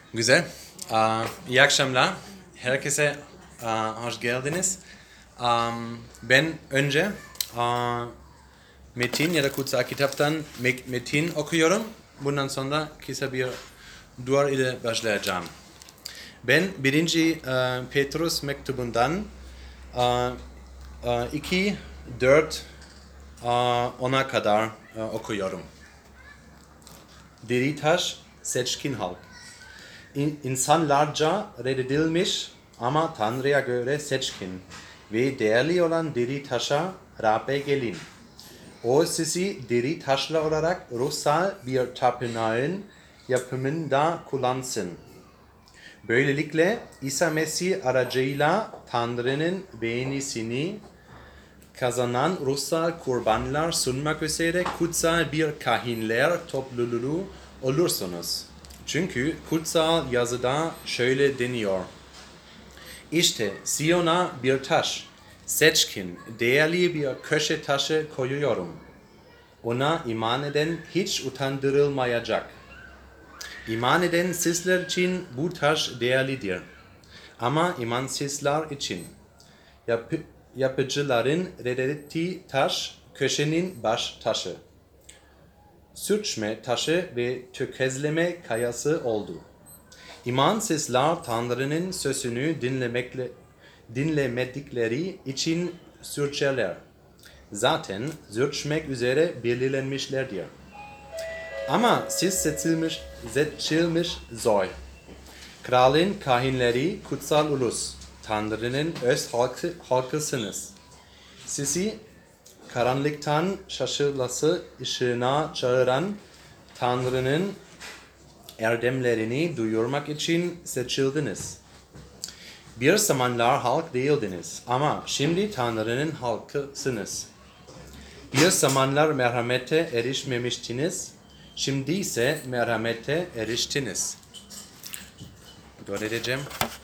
Güzel. İyi akşamlar. Herkese hoş geldiniz. Ben önce metin ya da kutsal kitaptan metin okuyorum. Bundan sonra kısa bir dua ile başlayacağım. Ben birinci Petrus mektubundan 2, 4, 10'a kadar okuyorum. Diri taş, seçkin halk. İnsanlarca reddedilmiş ama Tanrı'ya göre seçkin ve değerli olan diri taşa Rab'be gelin. O sizi diri taşlar olarak ruhsal bir tapınağın yapımında kullansın. Böylelikle İsa Mesih aracıyla Tanrı'nın beğenisini kazanan ruhsal kurbanlar sunmak üzere kutsal bir kahinler topluluğu olursunuz. Çünkü kutsal yazıda şöyle deniyor. İşte Siyon'a bir taş, seçkin, değerli bir köşe taşı koyuyorum. Ona iman eden hiç utandırılmayacak. İman eden sizler için bu taş değerlidir. Ama imansızlar için yapıcıların reddettiği taş köşenin baş taşı. Sürçme taşı ve tökezleme kayası oldu. İmansızlar Tanrı'nın sözünü dinlemedikleri için sürçerler. Zaten sürçmek üzere belirlenmişlerdir. Ama siz seçilmiş soy. Kralın kahinleri kutsal ulus. Tanrı'nın öz halkısınız. Sizi karanlıktan şaşılası ışığına çağıran Tanrı'nın erdemlerini duyurmak için seçildiniz. Bir zamanlar halk değildiniz ama şimdi Tanrı'nın halkısınız. Bir zamanlar merhamete erişmemiştiniz, şimdi ise merhamete eriştiniz. Dua edeceğim.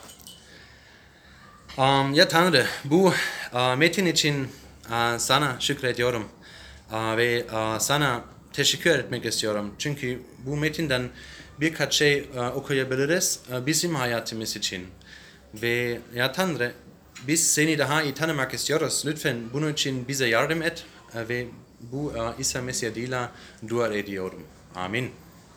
Ya Tanrı, bu metin için sana şükrediyorum ve sana teşekkür etmek istiyorum. Çünkü bu metinden birkaç şey okuyabiliriz bizim hayatımız için. Ve ya Tanrı, biz seni daha iyi tanımak istiyoruz. Lütfen bunun için bize yardım et ve bu İsa Mesih adıyla dua ediyorum. Amin.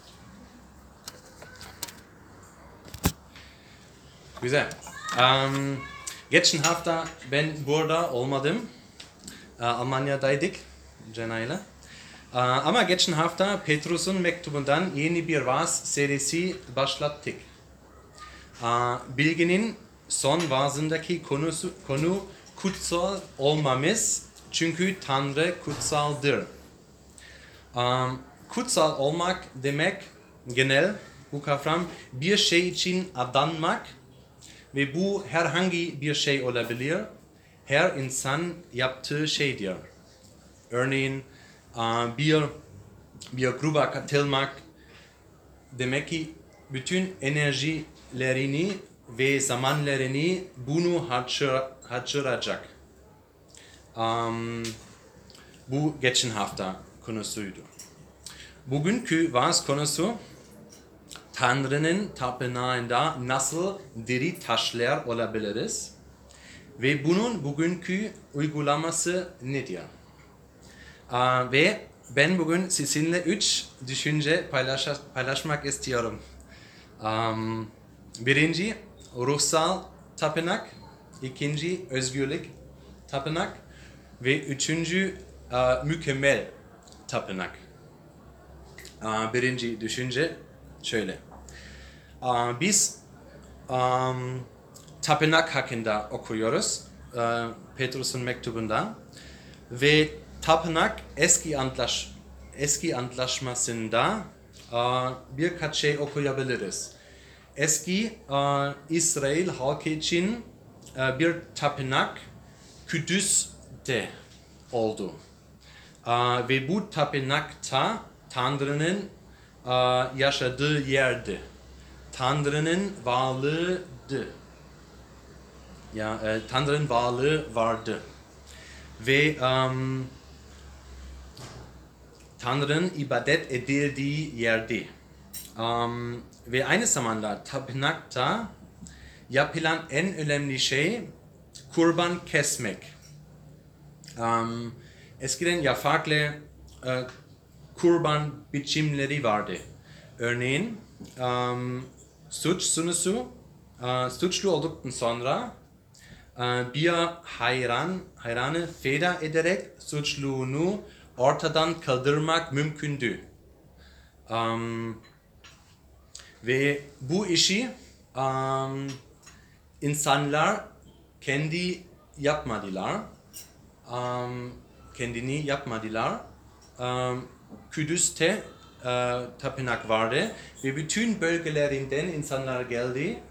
Güzel. Geçen hafta ben burada olmadım. Almanya'daydık Cenay'la. Ama geçen hafta Petrus'un mektubundan yeni bir vaaz serisi başlattık. Bilginin son vaazındaki konu kutsal olmamız, çünkü Tanrı kutsaldır. Kutsal olmak demek genel bu kavram bir şey için adanmak ve bu herhangi bir şey olabilir. Her insan yaptığı şeydir. Örneğin bir gruba katılmak demek ki bütün enerjilerini ve zamanlarını bunu harcayacak. Bu geçen hafta konusuydu. Bugünkü vaaz konusu Tanrı'nın tapınağında nasıl diri taşlar olabiliriz ve bunun bugünkü uygulaması nedir? Ve ben bugün sizinle 3 düşünce paylaşmak istiyorum. Birinci, ruhsal tapınak. İkinci, özgürlük tapınak. Ve üçüncü, mükemmel tapınak. Birinci düşünce şöyle. Biz tapınak hakkında okuyoruz Petrus'un mektubundan ve tapınak eski antlaşmasında birkaç şey okuyabiliriz. Eski İsrail halkı için bir tapınak Kudüs'te oldu. Ve bu tapınakta Tanrı'nın yaşadığı yerdi. Tanrı'nın varlığıydı. Tanrı'nın varlığı vardı. Ve Tanrı'nın ibadet edildiği yerdi. Ve aynı zamanda tapınakta yapılan en önemli şey kurban kesmek. Eskiden ya farklı kurban biçimleri vardı. Örneğin suçlu olduktan sonra bir hayranı feda ederek suçluluğunu ortadan kaldırmak mümkündü. Ve bu işi insanlar kendi yapmadılar. Kendini yapmadılar. Kudüs'te tapınak vardı ve bütün bölgelerinden insanlar geldi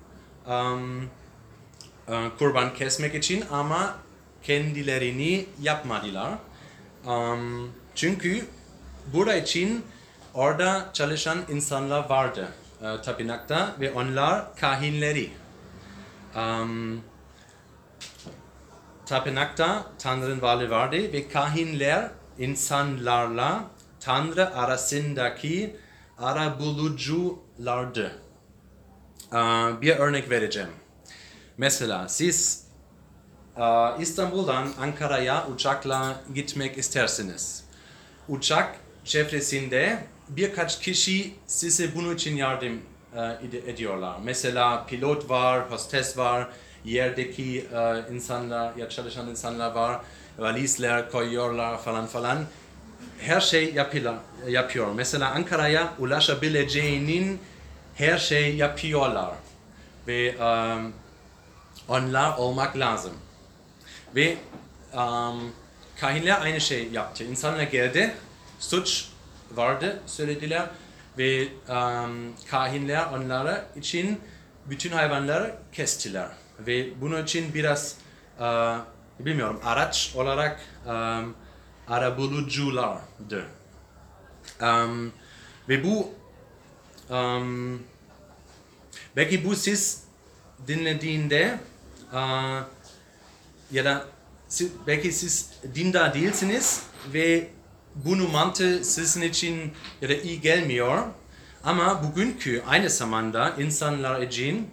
kurban kesmek için ama kendilerini yapmadılar. Çünkü burada için orada çalışan insanlar vardı tapınakta ve onlar kahinleri. Tapınakta Tanrı'nın varlığı vardı ve kahinler insanlarla Tanrı arasındaki arabuluculardı. Bir örnek vereceğim. Mesela siz İstanbul'dan Ankara'ya uçakla gitmek istersiniz. Uçak çevresinde birkaç kişi size bunun için yardım ediyorlar. Mesela pilot var, hostes var, yerdeki insanlar, ya çalışan insanlar var, valizler koyuyorlar falan. Her şey yapıyor. Mesela Ankara'ya ulaşabileceğinin her şey yapıyorlar. Ve onlar olmak lazım. Ve kahinler aynı şey yaptı. İnsanlar geldi, suç vardı söylediler ve kahinler onlara için bütün hayvanları kestiler. Ve bunun için biraz bilmiyorum araç olarak arabuluculardı. Ve bu belki bu siz dinlediğinde ya da belki siz dindar değilsiniz ve bunu mantığı sizin için ya da iyi gelmiyor. Ama bugünkü aynı zamanda insanlar için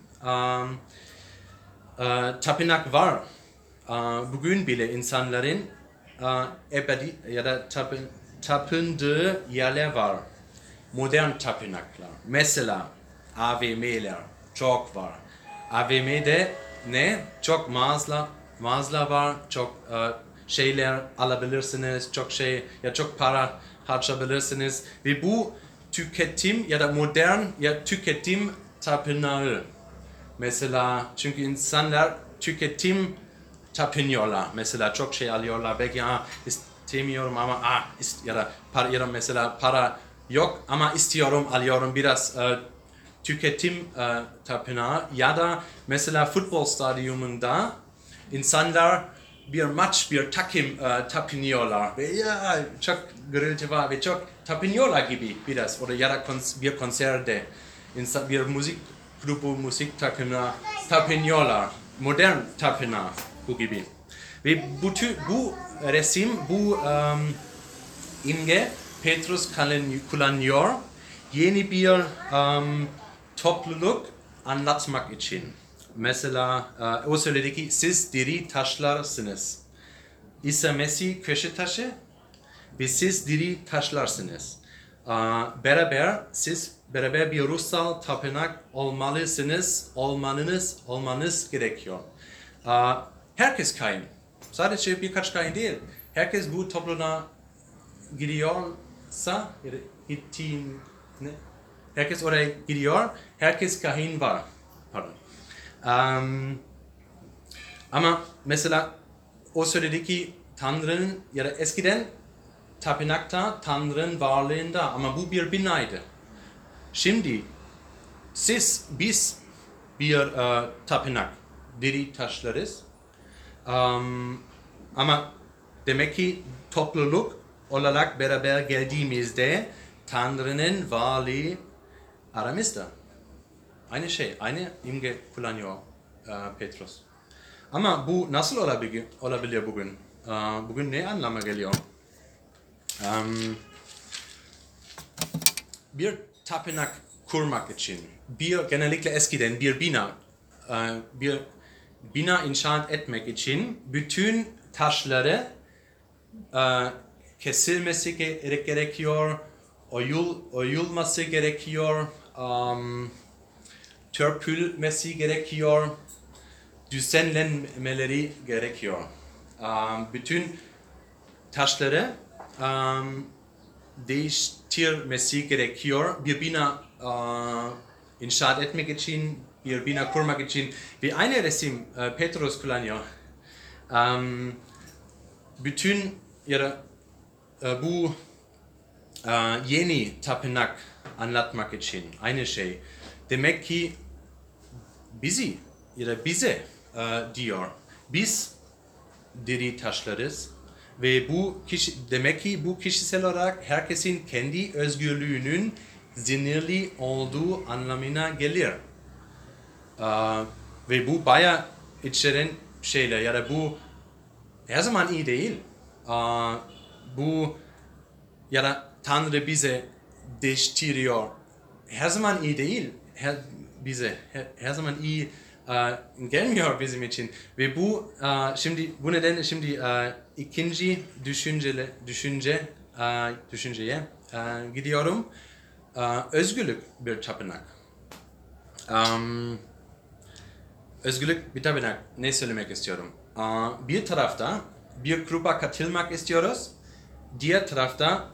tapınak var. Bugün bile insanların ebedi ya da tapındığı yerler var. Modern tapınaklar. Mesela AVM'ler çok var. AVM'de çok mağazalar var, çok şeyler alabilirsiniz, çok para harcayabilirsiniz ve bu tüketim ya da modern tüketim tapınağı. Mesela çünkü insanlar tüketim tapınıyorlar. Mesela çok şey alıyorlar. Belki istemiyorum ama ya da mesela para yok ama istiyorum, alıyorum biraz tüketim tapınağı ya da mesela futbol stadyumunda insanlar bir takım tapınıyorlar ve çok gürültü var ve çok tapınıyorlar gibi biraz ya da bir konserde bir müzik grubu müzik takımına tapınıyorlar. Modern tapınağı bu gibi. Ve bu resim, bu imge Petrus kullanıyor yeni bir topluluk anlatmak için. Mesela o söyledi ki siz diri taşlarsınız. İsa Mesih köşe taşı ve siz diri taşlarsınız. Beraber bir ruhsal tapınak olmanız gerekiyor. Herkes kahin. Sadece birkaç kahin değil. Herkes bu topluluğa gidiyorsa, herkes oraya gidiyor, herkes kahin var. Pardon. Ama mesela o söyledi ki Tanrı'nın ya da eskiden tapınakta Tanrı'nın varlığında ama bu bir binaydı. Şimdi biz bir tapınak diri taşlarız. Ama demek ki topluluk olarak beraber geldiğimizde Tanrı'nın varlığı aramızda. Aynı şey, aynı imge kullanıyor Petrus. Ama bu nasıl olabilir bugün? Bugün ne anlama geliyor? Bir tapınak kurmak için. Genellikle eskiden bir bina inşaat etmek için bütün taşları kesilmesi gerekiyor, oyulması gerekiyor, törpülmesi gerekiyor, düzenlenmeleri gerekiyor. Bütün taşları değiştirmesi gerekiyor. Bir bina inşaat etmek için, bir bina kurmak için. Ve aynı resim Petrus kullanıyor. Bütün ya da bu yeni tapınak anlatmak için aynı şey. Demek ki bizi ya da bize diyor. Biz diri taşlarız ve demek ki bu kişisel olarak herkesin kendi özgürlüğünün sınırlı olduğu anlamına gelir. Ve bu bayağı içeren şeyler ya da bu her zaman iyi değil. Bu ya da Tanrı bize değiştiriyor. Her zaman iyi değil. Her zaman iyi gelmiyor bizim için. Ve bu nedenle şimdi ikinci düşünceye gidiyorum. Özgürlük bir tapınak. Özgürlük bir tapınak. Ne söylemek istiyorum? Bir tarafta bir gruba katılmak istiyoruz. Diğer tarafta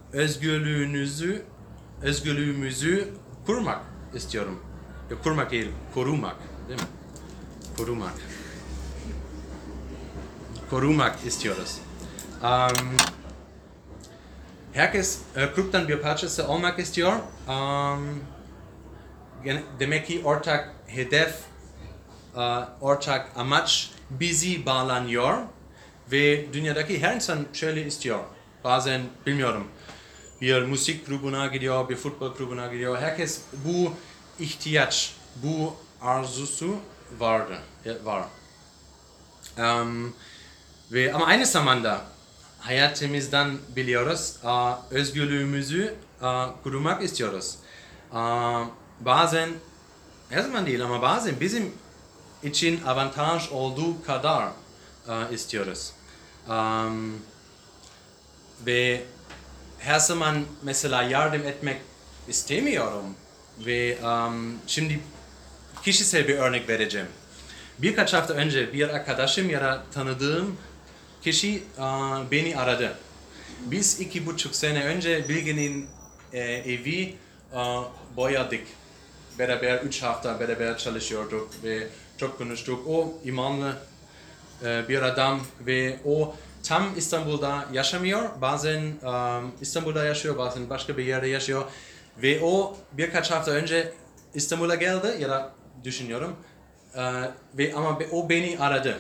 özgürlüğümüzü kurmak istiyorum. Kurmak değil, korumak. Değil mi? Korumak istiyoruz. Herkes gruptan bir parçası olmak istiyor. Demek ki ortak hedef, ortak amaç bizi bağlanıyor. Ve dünyadaki her insan şöyle istiyor. Bazen bilmiyorum. Bir müzik grubuna gidiyor, bir futbol grubuna gidiyor. Herkes bu ihtiyaç, bu arzusu var. Ama aynı zamanda hayatımızdan biliyoruz, özgürlüğümüzü korumak istiyoruz. Bazen, her zaman değil ama bazen bizim için avantaj olduğu kadar istiyoruz. Ve her zaman mesela yardım etmek istemiyorum. Ve şimdi kişisel bir örnek vereceğim. Birkaç hafta önce bir arkadaşım ya da tanıdığım kişi beni aradı. Biz 2,5 sene önce Bilge'nin evi boyadık. Beraber 3 hafta beraber çalışıyorduk ve çok konuştuk. O imanlı bir adam ve o tam İstanbul'da yaşamıyor. Bazen İstanbul'da yaşıyor, bazen başka bir yerde yaşıyor. Ve o birkaç hafta önce İstanbul'a geldi ya da düşünüyorum. Ama o beni aradı.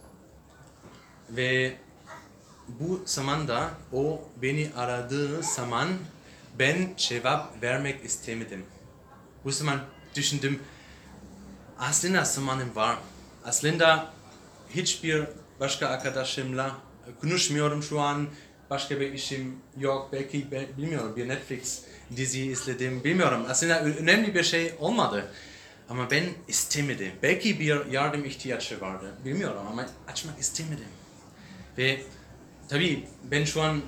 Ve bu zamanda o beni aradığı zaman ben cevap vermek istemedim. Bu zaman düşündüm, aslında zamanım var. Aslında hiçbir başka arkadaşımla konuşmuyorum şu an. Başka bir işim yok. Belki bilmiyorum bir Netflix dizi izledim. Bilmiyorum. Aslında önemli bir şey olmadı. Ama ben istemedim. Belki bir yardım ihtiyacı vardı. Bilmiyorum ama açmak istemedim. Ve tabii ben şu an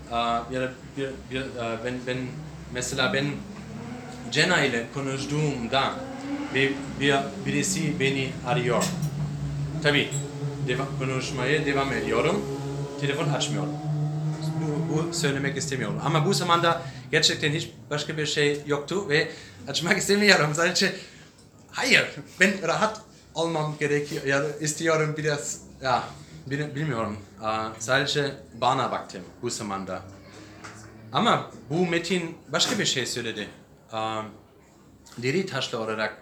ben Jenna ile konuştuğumda ve birisi beni arıyor. Tabii konuşmaya devam ediyorum. Telefon açmıyorum. Bu söylemek istemiyorum. Ama bu zamanda gerçekten hiç başka bir şey yoktu ve açmak istemiyorum. Sadece hayır, ben rahat olmam gerekiyor. Ya istiyorum biraz, bilmiyorum. Sadece bana baktım bu zamanda. Ama bu Metin başka bir şey söyledi. Diri taşlı olarak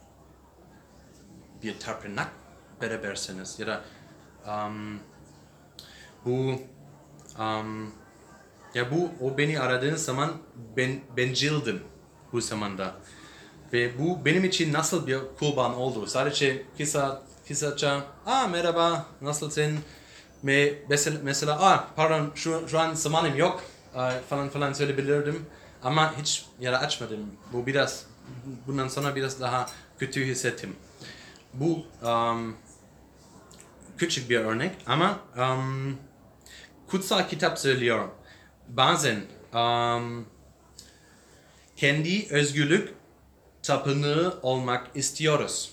bir tapınak berabersiniz ya da o beni aradığı zaman ben bencildim bu zamanda ve bu benim için nasıl bir kurban oldu. Sadece kısaca merhaba nasılsın mesela pardon şu an zamanım yok falan söyleyebilirdim ama hiç açmadım. Bu biraz bundan sonra biraz daha kötü hissettim. Bu küçük bir örnek ama kutsal kitap söylüyor. Bazen kendi özgürlük tapınağı olmak istiyoruz.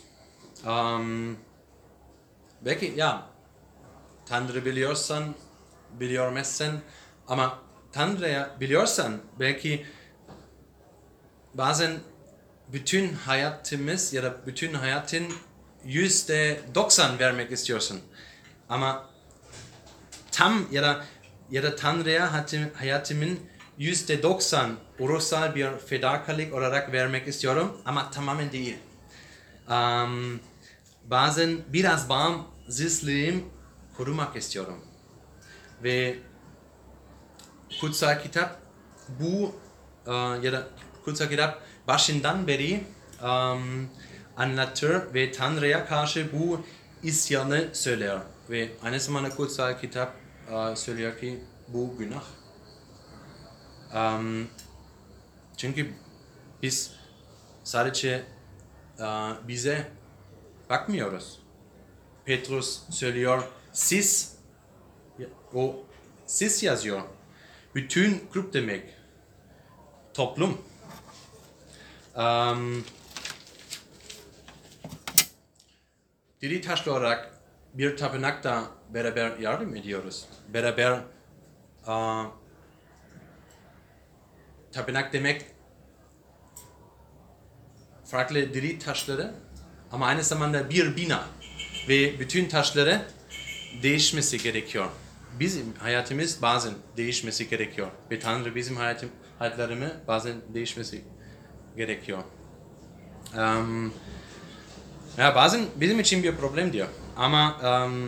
Belki ya Tanrı biliyormazsan ama Tanrı'yı biliyorsan belki bazen bütün hayatımız ya da bütün hayatın %90 vermek istiyorsun. Ama tam ya da Tanrı'ya hayatımın %90 ruhsal bir fedakarlık olarak vermek istiyorum ama tamamen değil. Bazen biraz bağımsızlığım korumak istiyorum. Ve kutsal kitap bu ya da kutsal kitap başından beri anlatır ve Tanrı'ya karşı bu isyanı söyler. Ve aynı zamanda kutsal kitap söylüyor ki bu günah. Çünkü biz sadece bize bakmıyoruz. Petrus söylüyor, siz yazıyor. Bütün grup demek. Toplum. Diri taşlı olarak bir tapınakta beraber yardım ediyoruz. Beraber tapınak demek farklı diri taşları ama aynı zamanda bir bina ve bütün taşları değişmesi gerekiyor. Bizim hayatımız bazen değişmesi gerekiyor ve Tanrı bizim hayatlarımı bazen değişmesi gerekiyor. Ya bazen bizim için bir problem diyor ama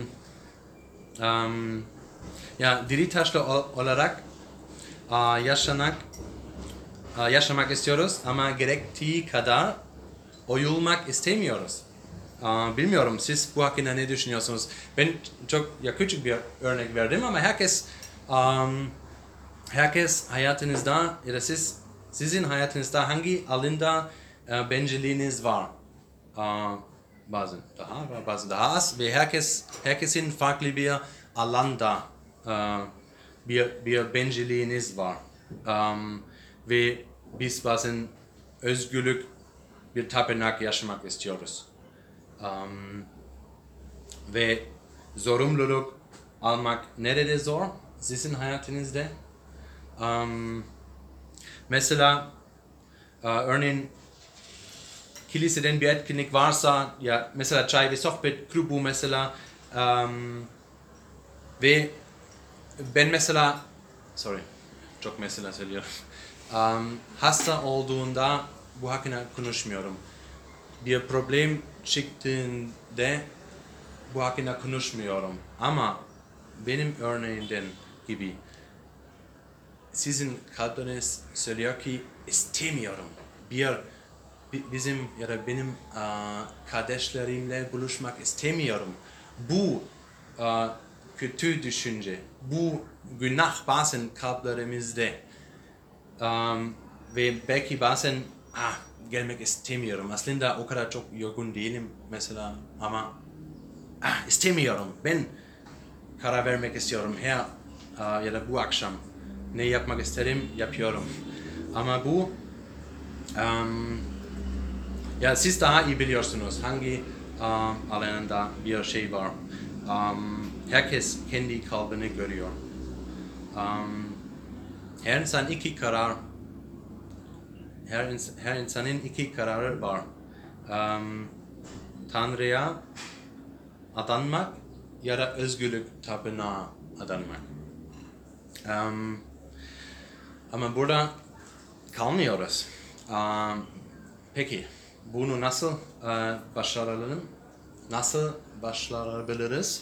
ya diri taşlı olarak yaşamak istiyoruz ama gerektiği kadar oyulmak istemiyoruz. Bilmiyorum siz bu hakkında ne düşünüyorsunuz? Ben çok küçük bir örnek verdim ama herkes hayatınızda ya da sizin hayatınızda hangi alanda bencilliğiniz var? Bazen daha var, bazen daha az ve herkesin farklı bir alanda bir bencilliğiniz var. Ve biz bazen özgürlük bir tapınak yaşamak istiyoruz. Ve zorunluluk almak nerede zor? Sizin hayatınızda. Mesela örneğin kiliseden bir etkinlik varsa ya mesela çay ve sohbet grubu mesela ve ben mesela çok mesela söylüyorum. Hasta olduğunda bu hakkında konuşmuyorum. Bir problem çıktığında bu hakkında konuşmuyorum. Ama benim örneğimden gibi sizin kalbiniz söylüyor ki istemiyorum. Bizim ya da benim kardeşlerimle buluşmak istemiyorum. Bu kötü düşünce, bu günah bazen kalplerimizde ve belki bazen gelmek istemiyorum. Aslında o kadar çok yorgun değilim mesela ama istemiyorum. Ben karar vermek istiyorum her ya da bu akşam ne yapmak isterim yapıyorum. Ama bu ya siz daha iyi biliyorsunuz hangi alanında bir şey var. Herkes kendi kalbini görüyor. Her insanın iki kararı var. Tanrı'ya adanmak ya da özgürlük tapınağı adanmak. Ama burada kalmıyoruz. Peki bunu nasıl başaralım? Nasıl başarabiliriz?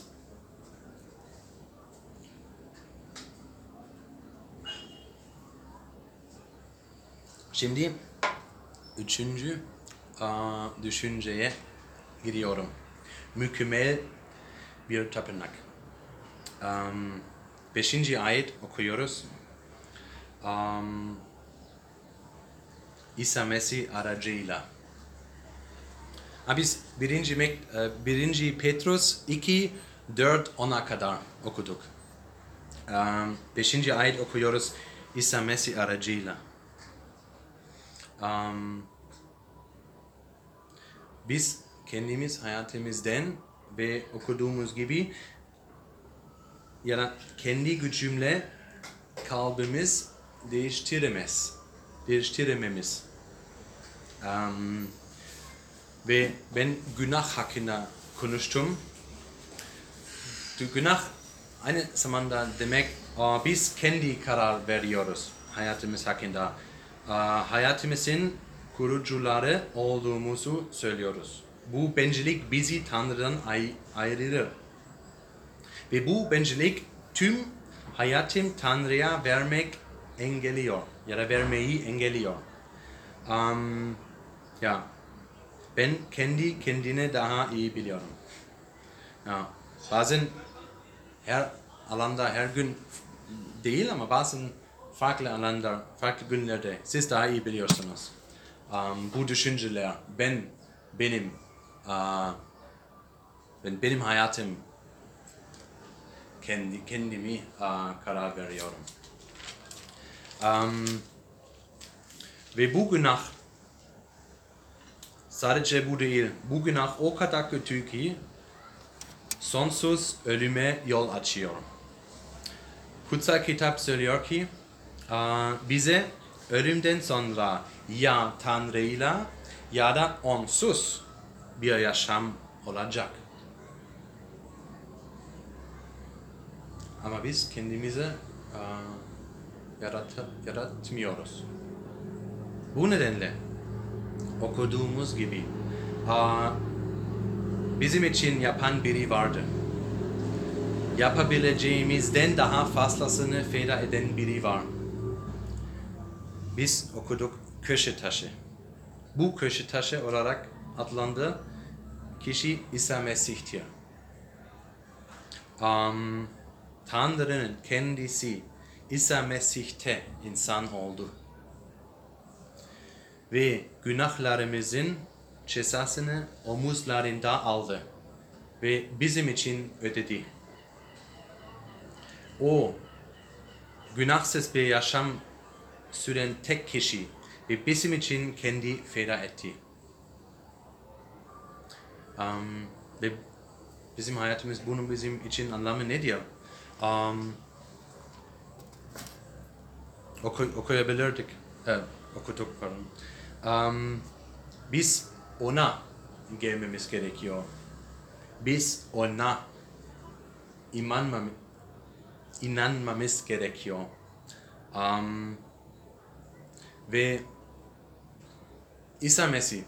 Şimdi üçüncü düşünceye giriyorum. Mükemmel bir tapınak. 5. ayet okuyoruz. İsa Mesih aracıyla. Biz 1. Petrus 2, 4, 10'a kadar okuduk. 5. ayet okuyoruz İsa Mesih aracıyla. Biz kendimiz hayatımızdan ve okuduğumuz gibi ya da kendi gücümle kalbimiz değiştirememiz. Ve ben günah hakkında konuştum. Günah aynı zamanda demek biz kendi karar veriyoruz hayatımız hakkında. Hayatımızın kurucuları olduğumuzu söylüyoruz. Bu bencillik bizi Tanrı'dan ayırır. Ve bu bencillik tüm hayatım Tanrı'ya vermek engelliyor ya da vermeyi engelliyor. Ben kendine daha iyi biliyorum. Bazen her alanda her gün değil ama bazen farklı alanda, farklı günlerde siz daha iyi biliyorsunuz. Bu düşünceler benim hayatım kendimi karar veriyorum. Ve bu günah sadece bu değil. Bu günah o kadar kötü ki sonsuz ölüme yol açıyor. Kutsal kitap söylüyor ki bize ölümden sonra ya Tanrı'yla ya da onsuz bir yaşam olacak. Ama biz kendimizi yaratmıyoruz. Bu nedenle okuduğumuz gibi bizim için yapan biri vardı. Yapabileceğimizden daha fazlasını feda eden biri var. Biz okuduk köşe taşı. Bu köşe taşı olarak adlandığı kişi İsa Mesih'tir. Tanrı'nın kendisi İsa Mesih'te insan oldu. Ve günahlarımızın cezasını omuzlarında aldı. Ve bizim için ödedi. O günahsız bir yaşam süren tek kişi ve bizim için kendi feda etti. Ve bizim hayatımız bunun bizim için anlamı nedir? Okuyabilirdik. Okuduk pardon. Biz ona gelmemiz gerekiyor. Biz ona inanmamız gerekiyor. Ve İsa Mesih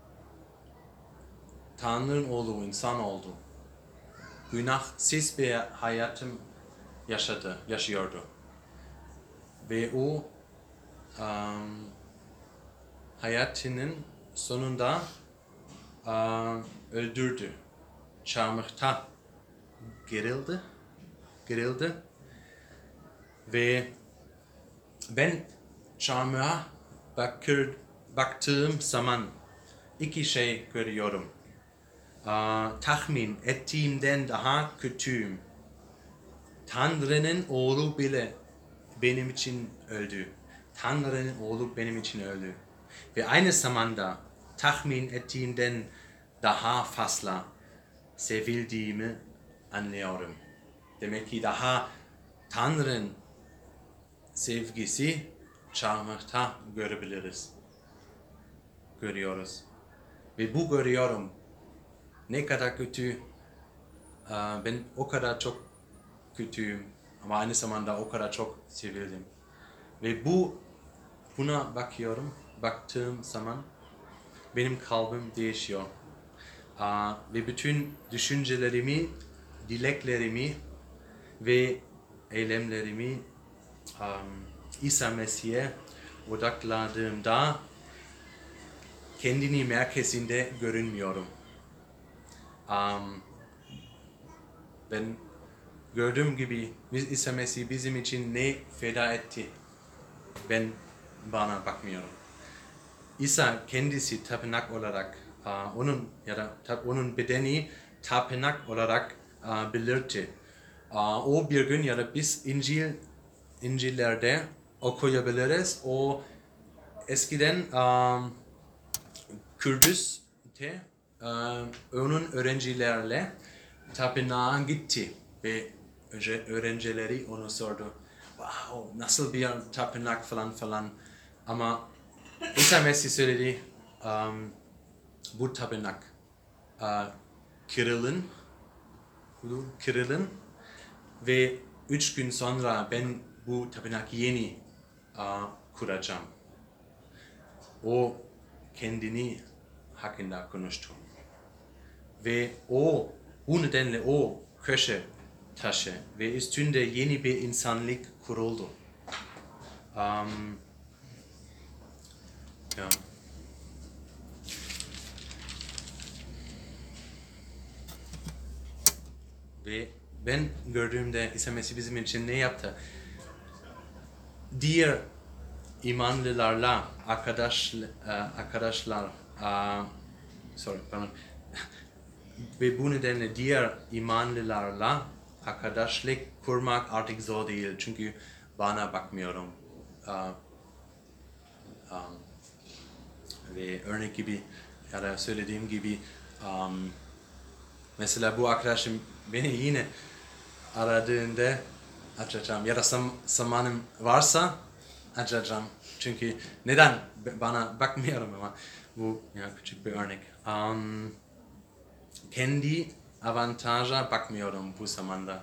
Tanrı'nın oğlu, insan oldu. Günahsız bir hayatım yaşıyordu. Ve o hayatının sonunda öldürdü. Çarmıhta gerildi. Ve ben çarmıha baktığım zaman iki şey görüyorum. Tahmin ettiğimden daha kötüyüm. Tanrı'nın oğlu bile benim için öldü. Tanrı'nın oğlu benim için öldü. Ve aynı zamanda tahmin ettiğimden daha fazla sevildiğimi anlıyorum. Demek ki daha Tanrı'nın sevgisi çarmıhta görüyoruz. Ve bu görüyorum. Ne kadar kötü, ben o kadar çok kötüyüm ama aynı zamanda o kadar çok sevildim. Ve buna baktığım zaman benim kalbim değişiyor. Ve bütün düşüncelerimi, dileklerimi ve eylemlerimi İsa Mesih'e odakladığımda kendini merkezinde görünmüyorum. Ben gördüğüm gibi İsa Mesih bizim için ne feda etti. Ben bana bakmıyorum. İsa kendisi tapınak olarak onun ya da onun bedeni tapınak olarak belirtti. O bir gün ya da biz İncil'lerde okuyabiliriz. O eskiden Kudüs'te onun öğrencilerle tapınağa gitti ve öğrencileri onu sordu. Wow, nasıl bir tapınak falan. Ama İsa Mesih söyledi, bu tapınak kırılın ve 3 gün sonra ben bu tapınak yeni kuracağım. O kendini hakkında konuştu. Ve bu nedenle o köşe taşı ve üstünde yeni bir insanlık kuruldu. Ya. Ve ben gördüğümde İsa Mesih bizim için ne yaptı? Diğer imanlılarla arkadaşlar ve bu nedenle diğer imanlılarla arkadaşlık kurmak artık zor değil çünkü bana bakmıyorum. Ve örnek gibi ya da söylediğim gibi mesela bu arkadaşım beni yine aradığında açacağım ya da zamanım varsa açacağım. Çünkü neden bana bakmıyorum ama bu küçük bir örnek. Kendi avantaja bakmıyorum bu zamanda.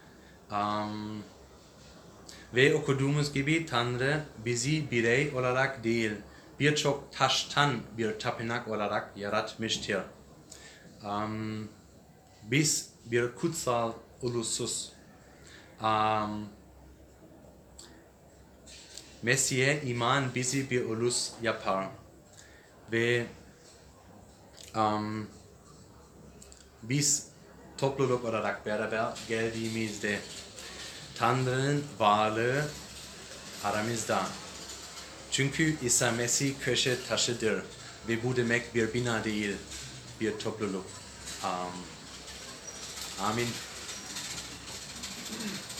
Ve okuduğumuz gibi Tanrı bizi birey olarak değil, birçok taştan bir tapınak olarak yaratmıştır. Biz bir kutsal ulusuz. Mesih'e iman bizi bir ulus yapar. Ve biz topluluk olarak beraber geldiğimizde Tanrı'nın varlığı aramızda. Çünkü İsa Mesih köşe taşıdır ve bu demek bir bina değil, bir topluluk. Amin.